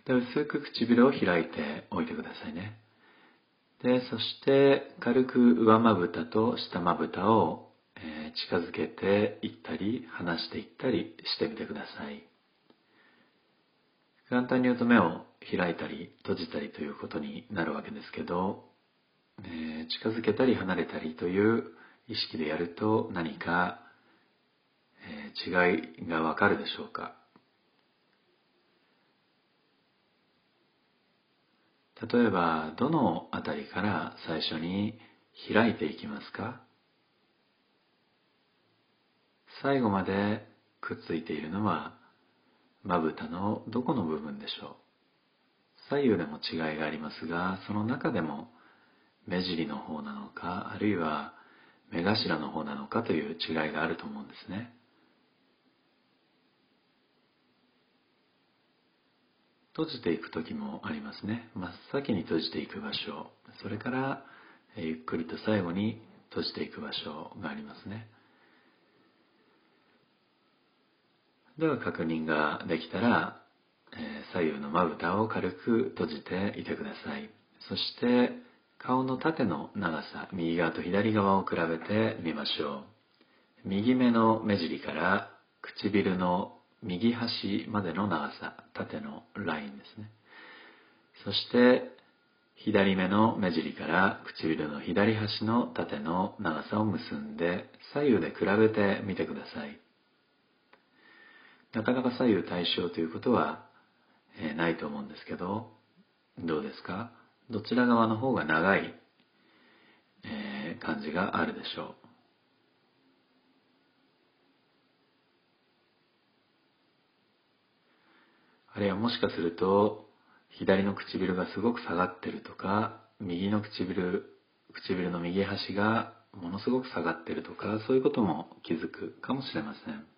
で、薄く唇を開いておいてくださいね。で、そして軽く上まぶたと下まぶたを近づけていったり離していったりしてみてください。簡単に言うと目を開いたり閉じたりということになるわけですけど、近づけたり離れたりという意識でやると何か違いがわかるでしょうか。例えば、どのあたりから最初に開いていきますか？最後までくっついているのはまぶたのどこの部分でしょう？左右でも違いがありますが、その中でも目尻の方なのか、あるいは目頭の方なのかという違いがあると思うんですね。閉じていく時もありますね。真っ先に閉じていく場所、それからゆっくりと最後に閉じていく場所がありますね。では確認ができたら、左右のまぶたを軽く閉じていてください。そして顔の縦の長さ、右側と左側を比べてみましょう。右目の目尻から唇の右端までの長さ、縦のラインですね。そして左目の目尻から唇の左端の縦の長さを結んで左右で比べてみてください。なかなか左右対称ということはないと思うんですけど、どうですか？どちら側の方が長い感じがあるでしょう。あるいはもしかすると左の唇がすごく下がってるとか、右の唇の右端がものすごく下がってるとか、そういうことも気づくかもしれません。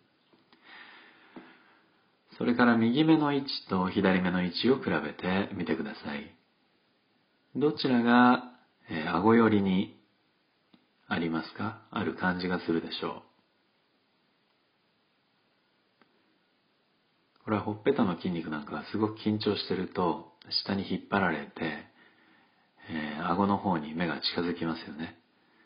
それから右目の位置と左目の位置を比べてみてください。どちらが顎寄りにありますか？ある感じがするでしょう。これはほっぺたの筋肉なんかがすごく緊張していると下に引っ張られて、顎の方に目が近づきますよね。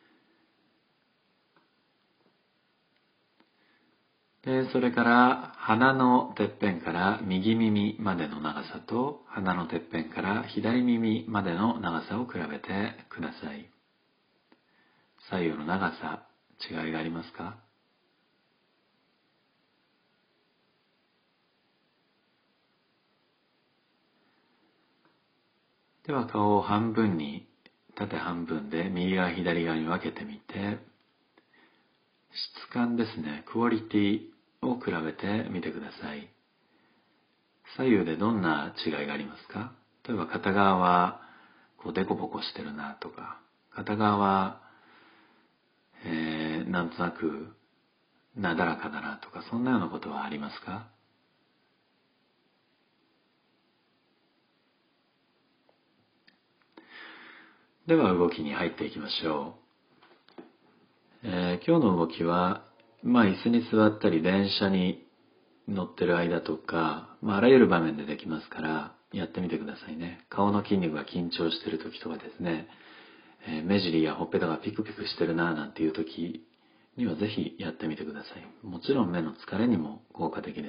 で、それから鼻のてっぺんから右耳までの長さと鼻のてっぺんから左耳までの長さを比べてください。左右の長さ、違いがありますか？では顔を半分に、縦半分で右側左側に分けてみて、質感ですね、クオリティを比べてみてください。左右でどんな違いがありますか？例えば片側はこうデコボコしてるなとか、片側は、なんとなくなだらかだなとか、そんなようなことはありますか？では動きに入っていきましょう。今日の動きは、椅子に座ったり電車に乗ってる間とか、あらゆる場面でできますからやってみてくださいね。顔の筋肉が緊張している時とかですね、目尻やほっぺたがピクピクしてるななんていう時にはぜひやってみてください。もちろん目の疲れにも効果的です。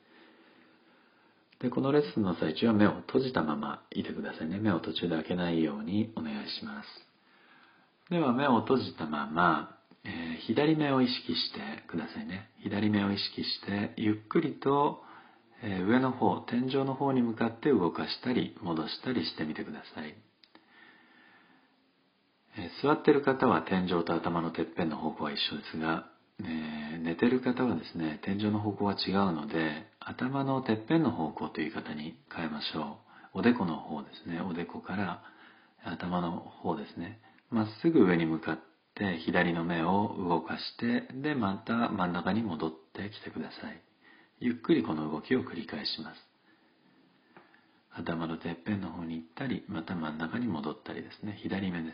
で、このレッスンの最中は目を閉じたままいてくださいね。目を途中で開けないようにお願いします。では目を閉じたまま、左目を意識してくださいね。左目を意識してゆっくりと上の方、天井の方に向かって動かしたり戻したりしてみてください。座っている方は天井と頭のてっぺんの方向は一緒ですが、寝ている方はですね、天井の方向は違うので、頭のてっぺんの方向という言い方に変えましょう。おでこの方ですね。おでこから頭の方ですね。まっすぐ上に向かって左の目を動かして、で、また真ん中に戻ってきてください。ゆっくりこの動きを繰り返します。頭のてっぺんの方に行ったり、また真ん中に戻ったりですね。左目です。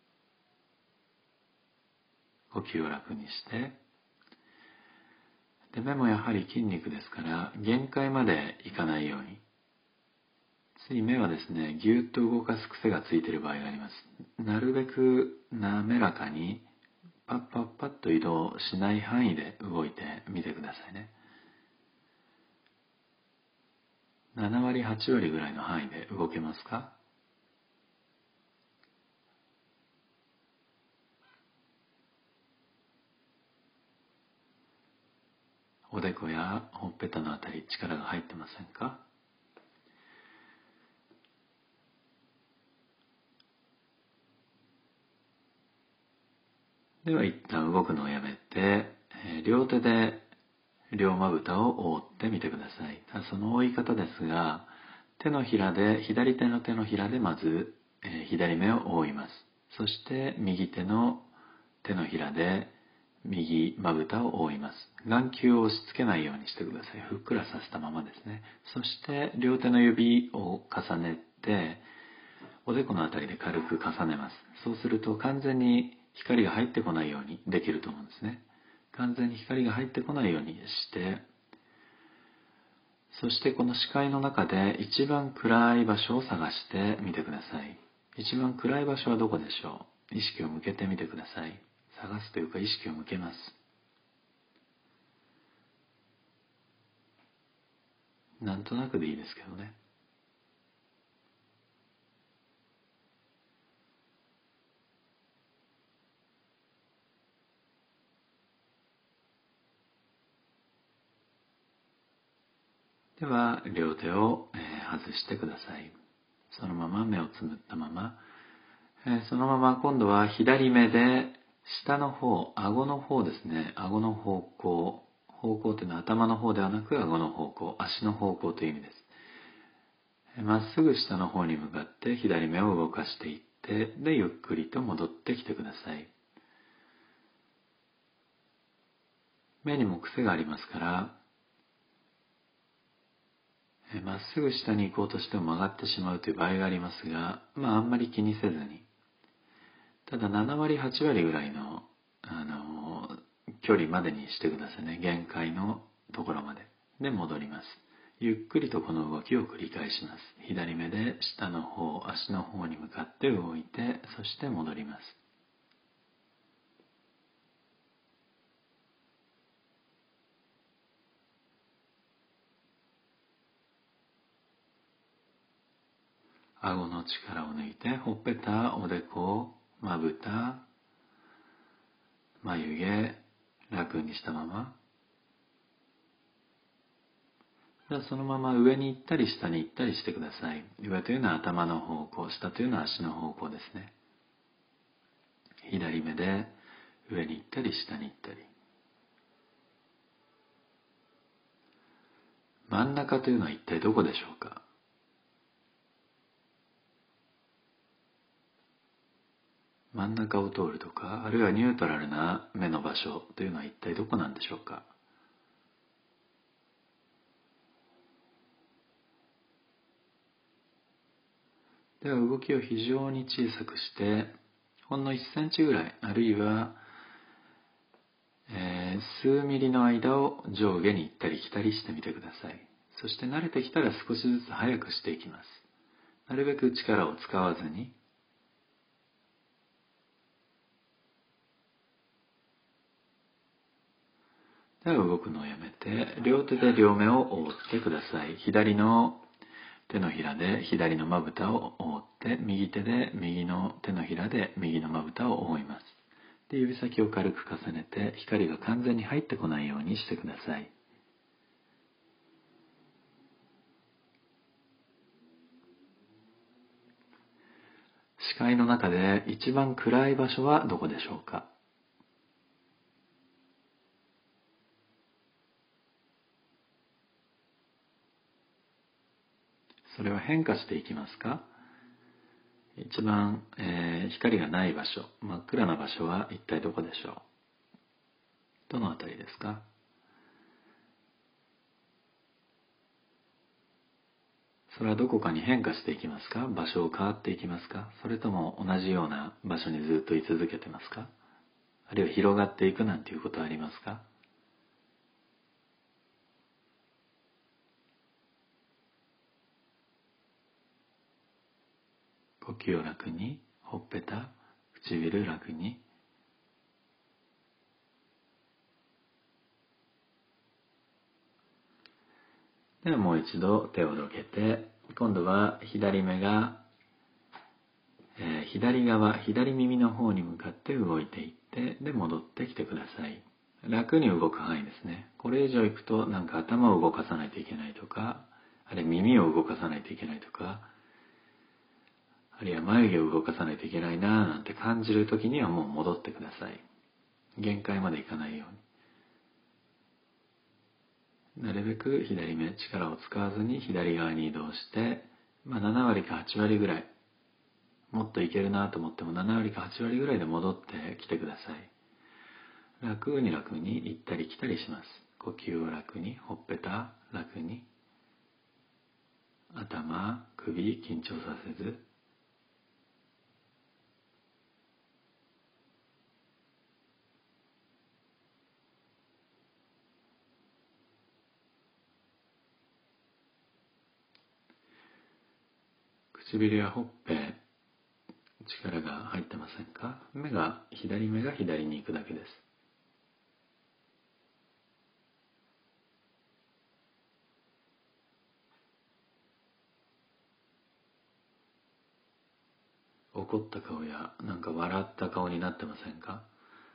呼吸を楽にして、 で、目もやはり筋肉ですから限界までいかないように、つい目はですね、ぎゅーっと動かす癖がついている場合があります。なるべく滑らかにパッパッパッと移動しない範囲で動いてみてくださいね。7割8割ぐらいの範囲で動けますか？おでこやほっぺたのあたり力が入ってませんか？では一旦動くのをやめて、両手で両まぶたを覆ってみてください。その覆い方ですが、左手の手のひらでまず、左目を覆います。そして右手の手のひらで右まぶたを覆います。眼球を押し付けないようにしてください。ふっくらさせたままですね。そして両手の指を重ねて、おでこのあたりで軽く重ねます。そうすると完全に光が入ってこないようにできると思うんですね。完全に光が入ってこないようにして、そしてこの視界の中で一番暗い場所を探してみてください。一番暗い場所はどこでしょう？意識を向けてみてください。探すというか意識を向けます。なんとなくでいいですけどね。では両手を外してください。そのまま目をつむったまま、そのまま今度は左目で下の方、顎の方ですね。顎の方向というのは頭の方ではなく顎の方向、足の方向という意味です。まっすぐ下の方に向かって左目を動かしていって、でゆっくりと戻ってきてください。目にも癖がありますから、まっすぐ下に行こうとしても曲がってしまうという場合がありますが、あんまり気にせずに、ただ7割8割ぐらいの、距離までにしてくださいね。限界のところまで。で戻ります。ゆっくりとこの動きを繰り返します。左目で下の方、足の方に向かって動いて、そして戻ります。顎の力を抜いて、ほっぺた、おでこ、まぶた、眉毛、楽にしたまま。そのまま上に行ったり下に行ったりしてください。上というのは頭の方向、下というのは足の方向ですね。左目で上に行ったり下に行ったり。真ん中というのは一体どこでしょうか？真ん中を通るとか、あるいはニュートラルな目の場所というのは一体どこなんでしょうか？では動きを非常に小さくして、ほんの1センチぐらい、あるいは、数ミリの間を上下に行ったり来たりしてみてください。そして慣れてきたら少しずつ速くしていきます。なるべく力を使わずに。では動くのをやめて、両手で両目を覆ってください。左の手のひらで左のまぶたを覆って、右手で右の手のひらで右のまぶたを覆います。で、指先を軽く重ねて、光が完全に入ってこないようにしてください。視界の中で一番暗い場所はどこでしょうか？それは変化していきますか？一番、光がない場所、真っ暗な場所は一体どこでしょう？どのあたりですか？それはどこかに変化していきますか？場所を変わっていきますか？それとも同じような場所にずっと居続けてますか？あるいは広がっていくなんていうことはありますか？ 呼吸を楽に、ほっぺた、唇楽に。ではもう一度手をどけて、今度は左目が、左側、左耳の方に向かって動いていって、で戻ってきてください。楽に動く範囲ですね。これ以上行くとなんか頭を動かさないといけないとか、あるいは耳を動かさないといけないとか、あるいは眉毛を動かさないといけないなぁなんて感じるときにはもう戻ってください。限界までいかないように。なるべく左目、力を使わずに左側に移動して、7割か8割ぐらい、もっといけるなと思っても7割か8割ぐらいで戻ってきてください。楽に楽に行ったり来たりします。呼吸を楽に、ほっぺた楽に、頭、首緊張させず、唇やほっぺ、力が入ってませんか？左目が左に行くだけです。怒った顔やなんか笑った顔になってませんか？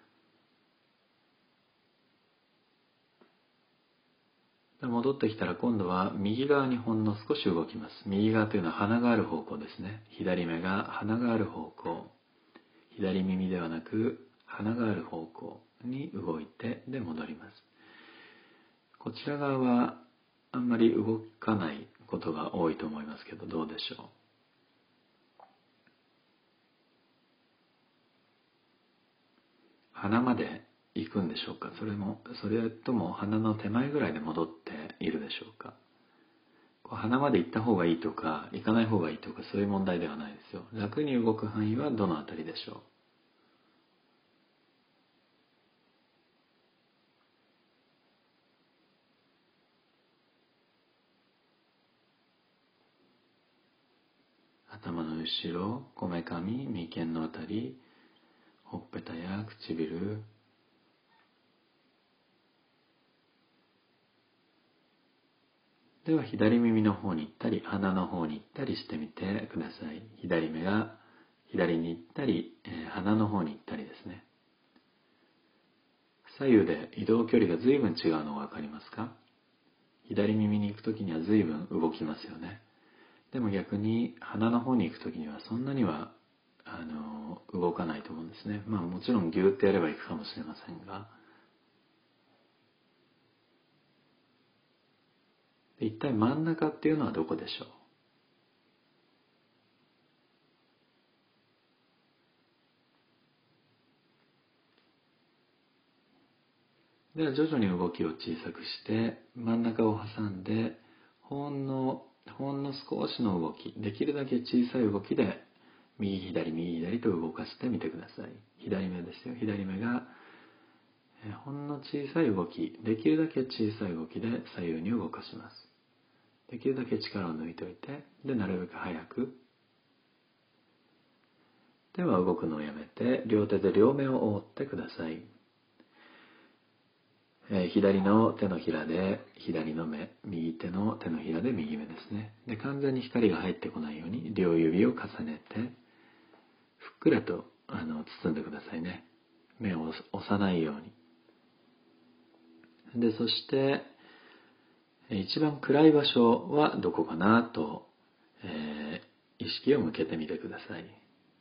戻ってきたら今度は右側にほんの少し動きます。右側というのは鼻がある方向ですね。左目が鼻がある方向。左耳ではなく鼻がある方向に動いてで戻ります。こちら側はあんまり動かないことが多いと思いますけど、どうでしょう。鼻まで行くんでしょうか。それとも鼻の手前ぐらいで戻っているでしょうか。鼻まで行った方がいいとか行かない方がいいとかそういう問題ではないですよ。楽に動く範囲はどのあたりでしょう。頭の後ろ、こめかみ、眉間のあたり、ほっぺたや唇、では左耳の方に行ったり鼻の方に行ったりしてみてください。左目が左に行ったり、鼻の方に行ったりですね。左右で移動距離が随分違うのがわかりますか？左耳に行くときには随分動きますよね。でも逆に鼻の方に行くときにはそんなには動かないと思うんですね。もちろんギューってやれば行くかもしれませんが、一体真ん中っていうのはどこでしょう。では徐々に動きを小さくして真ん中を挟んでほんの少しの動き、できるだけ小さい動きで右左と動かしてみてください。左目ですよ。左目がほんの小さい動き、できるだけ小さい動きで左右に動かします。できるだけ力を抜いておいて、でなるべく早く。では動くのをやめて両手で両目を覆ってください。左の手のひらで左の目、右手の手のひらで右目ですね。で完全に光が入ってこないように両指を重ねてふっくらと包んでくださいね。目を押さないように。でそして一番暗い場所はどこかなと、意識を向けてみてください。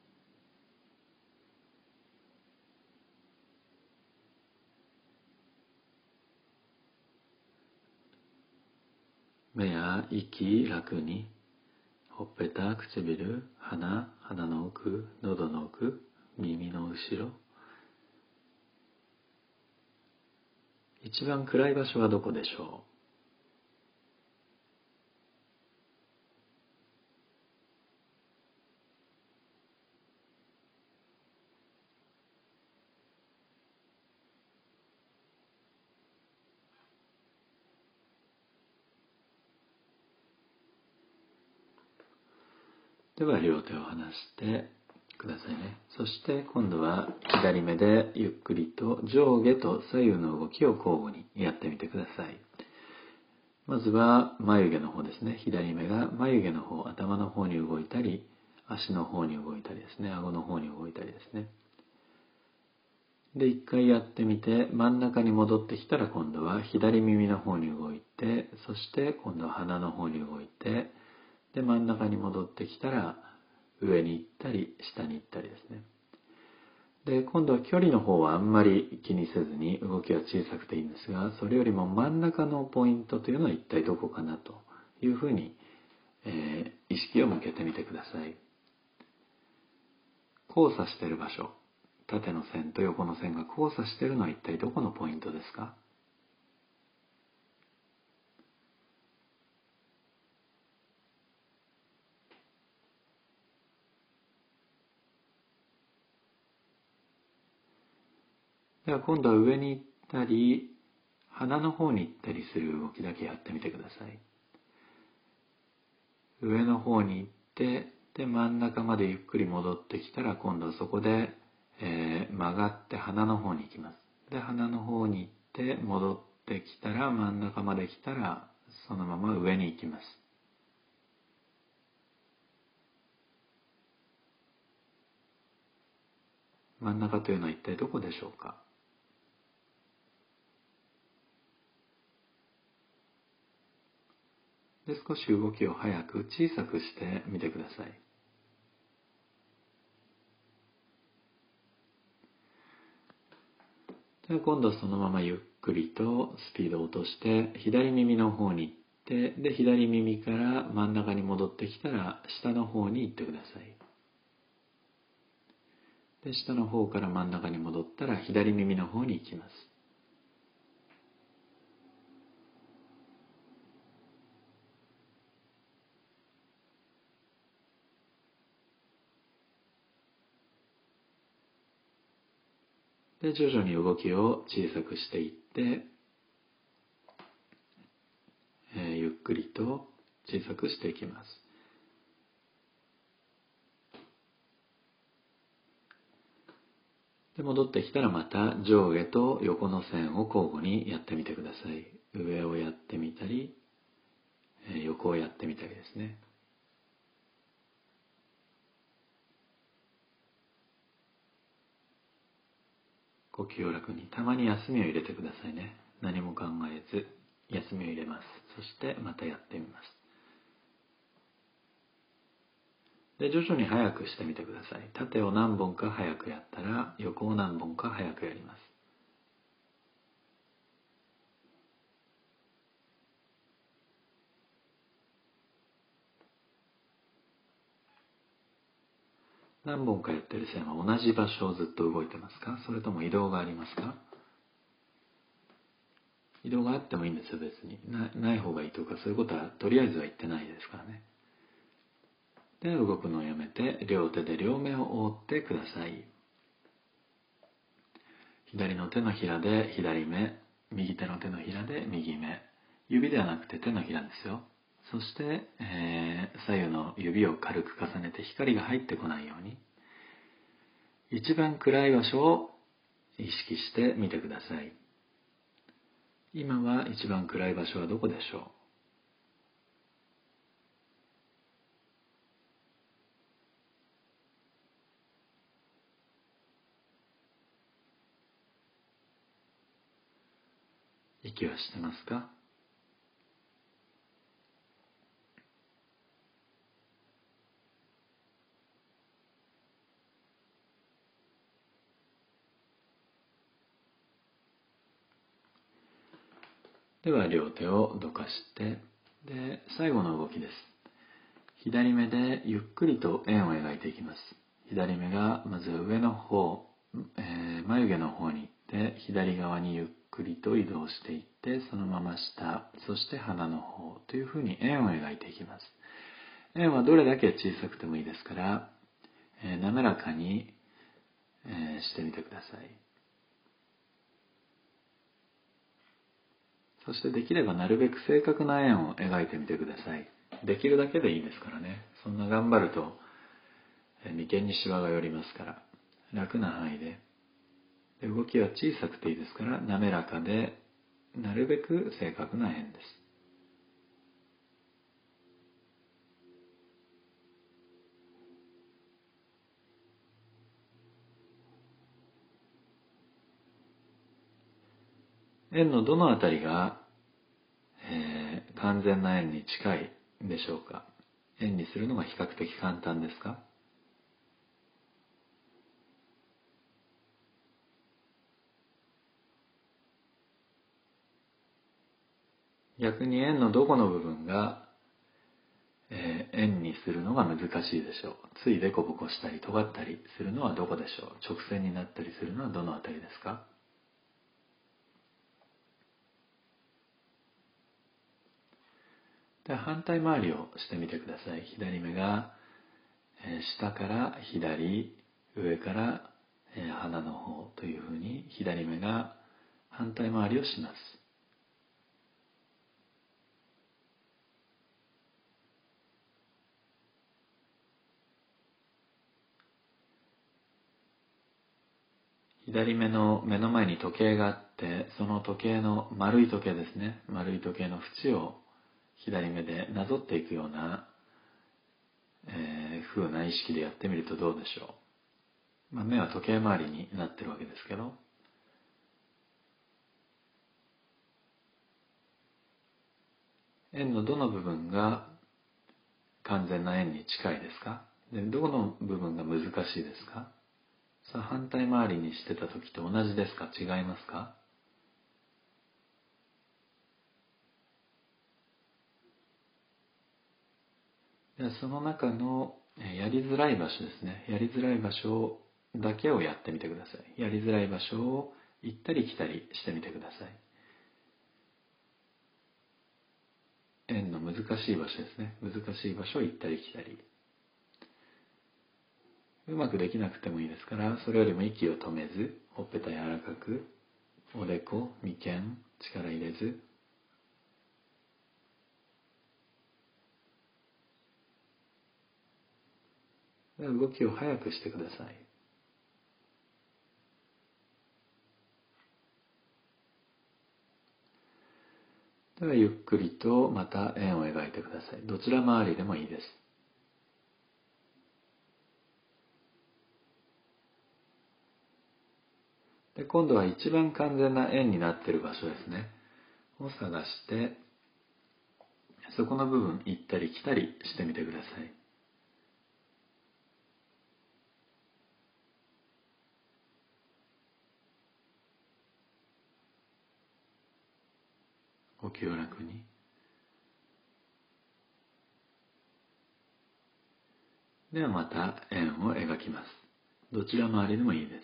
目や息楽に、ほっぺた、唇、鼻の奥、喉の奥、耳の後ろ。一番暗い場所はどこでしょう。 では両手を離してくださいね。そして今度は左目でゆっくりと上下と左右の動きを交互にやってみてください。まずは眉毛の方ですね。左目が眉毛の方、頭の方に動いたり、足の方に動いたりですね。顎の方に動いたりですね。で、一回やってみて、真ん中に戻ってきたら今度は左耳の方に動いて、そして今度は鼻の方に動いて、で、真ん中に戻ってきたら上に行ったり、下に行ったりですね。で、今度は距離の方はあんまり気にせずに動きは小さくていいんですが、それよりも真ん中のポイントというのは一体どこかなというふうに、意識を向けてみてください。交差している場所、縦の線と横の線が交差しているのは一体どこのポイントですか？では今度は上に行ったり、鼻の方に行ったりする動きだけやってみてください。上の方に行って、で、真ん中までゆっくり戻ってきたら、今度はそこで、曲がって鼻の方に行きます。で、鼻の方に行って、戻ってきたら、真ん中まで来たら、そのまま上に行きます。真ん中というのは一体どこでしょうか？で、少し動きを早く小さくしてみてください。で、今度はそのままゆっくりとスピードを落として左耳の方に行って、で、左耳から真ん中に戻ってきたら下の方に行ってください。で、下の方から真ん中に戻ったら左耳の方に行きます。で、徐々に動きを小さくしていって、ゆっくりと小さくしていきます。で、戻ってきたらまた上下と横の線を交互にやってみてください。上をやってみたり、横をやってみたりですね。呼吸を楽に、たまに休みを入れてくださいね。何も考えず休みを入れます。そしてまたやってみます。で、徐々に早くしてみてください。縦を何本か早くやったら、横を何本か早くやります。何本かやってる線は同じ場所をずっと動いてますか？それとも移動がありますか？移動があってもいいんですよ、別に。ない方がいいとか、そういうことはとりあえずは言ってないですからね。で、動くのをやめて、両手で両目を覆ってください。左の手のひらで左目、右手の手のひらで右目。指ではなくて手のひらですよ。そして、左右の指を軽く重ねて光が入ってこないように、一番暗い場所を意識してみてください。今は一番暗い場所はどこでしょう？息はしてますか？では両手をどかして、で、最後の動きです。左目でゆっくりと円を描いていきます。左目がまず上の方、眉毛の方に行って、左側にゆっくりと移動していって、そのまま下、そして鼻の方というふうに円を描いていきます。円はどれだけ小さくてもいいですから、滑らかに、してみてください。そしてできればなるべく正確な円を描いてみてください。できるだけでいいですからね。そんな頑張ると眉間にシワが寄りますから、楽な範囲で、動きは小さくていいですから、滑らかで、なるべく正確な円です。円のどのあたりが、完全な円に近いでしょうか。円にするのが比較的簡単ですか。逆に円のどこの部分が、円にするのが難しいでしょう。ついデコボコしたり尖ったりするのはどこでしょう。直線になったりするのはどのあたりですか。では反対回りをしてみてください。左目が、下から左、上から、鼻の方というふうに左目が反対回りをします。左目の目の前に時計があって、その時計の丸い時計ですね。丸い時計の縁を左目でなぞっていくような、風な意識でやってみるとどうでしょう。目は時計回りになってるわけですけど、円のどの部分が完全な円に近いですか。で、どこの部分が難しいですか。さあ、反対回りにしてた時と同じですか、違いますか。で、その中のやりづらい場所ですね。やりづらい場所だけをやってみてください。やりづらい場所を行ったり来たりしてみてください。円の難しい場所ですね。難しい場所を行ったり来たり。うまくできなくてもいいですから、それよりも息を止めず、ほっぺた柔らかく、おでこ、眉間、力入れず、動きを速くしてください。ではゆっくりとまた円を描いてください。どちら回りでもいいです。で、今度は一番完全な円になっている場所ですね。を探して、そこの部分行ったり来たりしてみてください。お気を楽に。ではまた円を描きます。どちら回りでもいいです。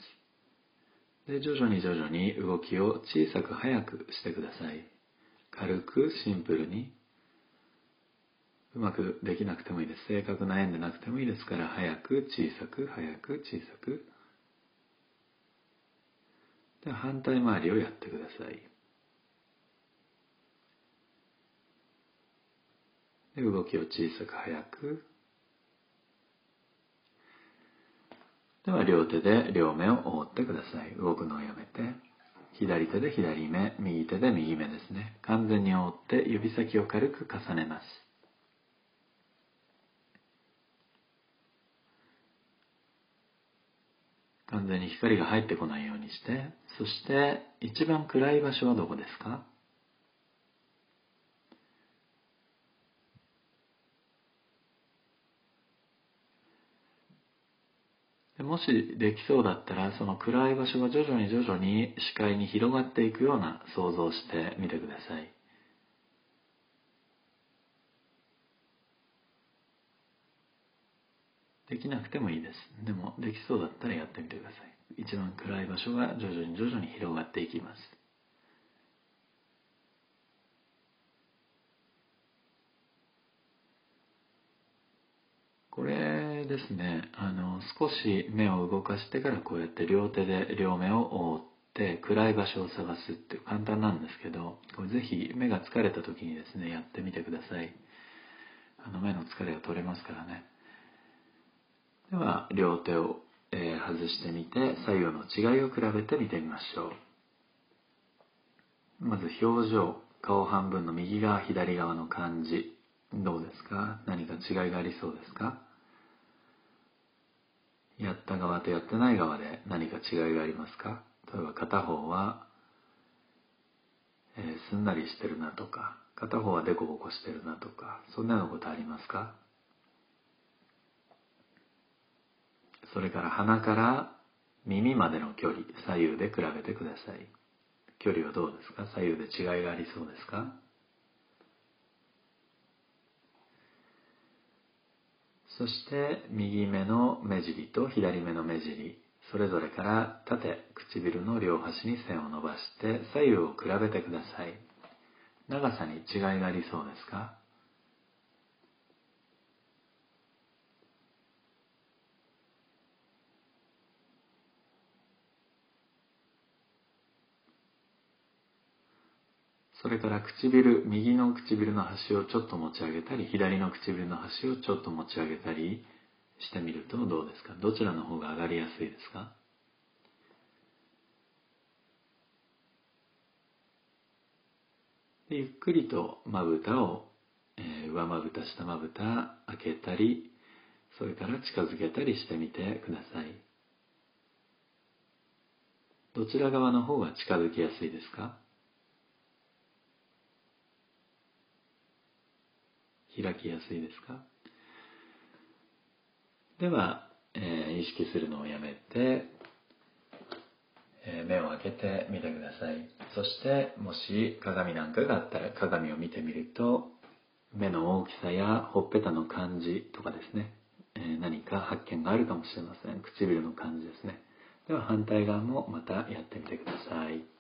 で、徐々に徐々に動きを小さく速くしてください。軽くシンプルに。うまくできなくてもいいです。正確な円でなくてもいいですから、早く小さく早く小さく。では反対回りをやってください。で、動きを小さく早く。では両手で両目を覆ってください。動くのをやめて、左手で左目、右手で右目ですね。完全に覆って指先を軽く重ねます。完全に光が入ってこないようにして、そして一番暗い場所はどこですか。もしできそうだったら、その暗い場所が徐々に徐々に視界に広がっていくような想像をしてみてください。できなくてもいいです。でもできそうだったらやってみてください。一番暗い場所が徐々に徐々に広がっていきます。これですね、少し目を動かしてからこうやって両手で両目を覆って暗い場所を探すって簡単なんですけど、これぜひ目が疲れた時にですね、やってみてください。目の疲れが取れますからね。 では両手を外してみて左右の違いを比べてみてみましょう。まず表情、顔半分の右側左側の感じ、どうですか？何か違いがありそうですか？やった側とやってない側で何か違いがありますか？例えば片方は、すんなりしてるなとか、片方はデコボコしてるなとか、そんなようなことありますか？それから鼻から耳までの距離、左右で比べてください。距離はどうですか？左右で違いがありそうですか？そして右目の目尻と左目の目尻、それぞれから縦、唇の両端に線を伸ばして左右を比べてください。長さに違いがありそうですか？それから唇、右の唇の端をちょっと持ち上げたり、左の唇の端をちょっと持ち上げたりしてみるとどうですか？どちらの方が上がりやすいですか？でゆっくりとまぶたを、上まぶた、下まぶた開けたり、それから近づけたりしてみてください。どちら側の方が近づきやすいですか？開きやすいですか？では、意識するのをやめて、目を開けてみてください。そしてもし鏡なんかがあったら鏡を見てみると、目の大きさやほっぺたの感じとかですね、何か発見があるかもしれません。唇の感じですね。では反対側もまたやってみてください。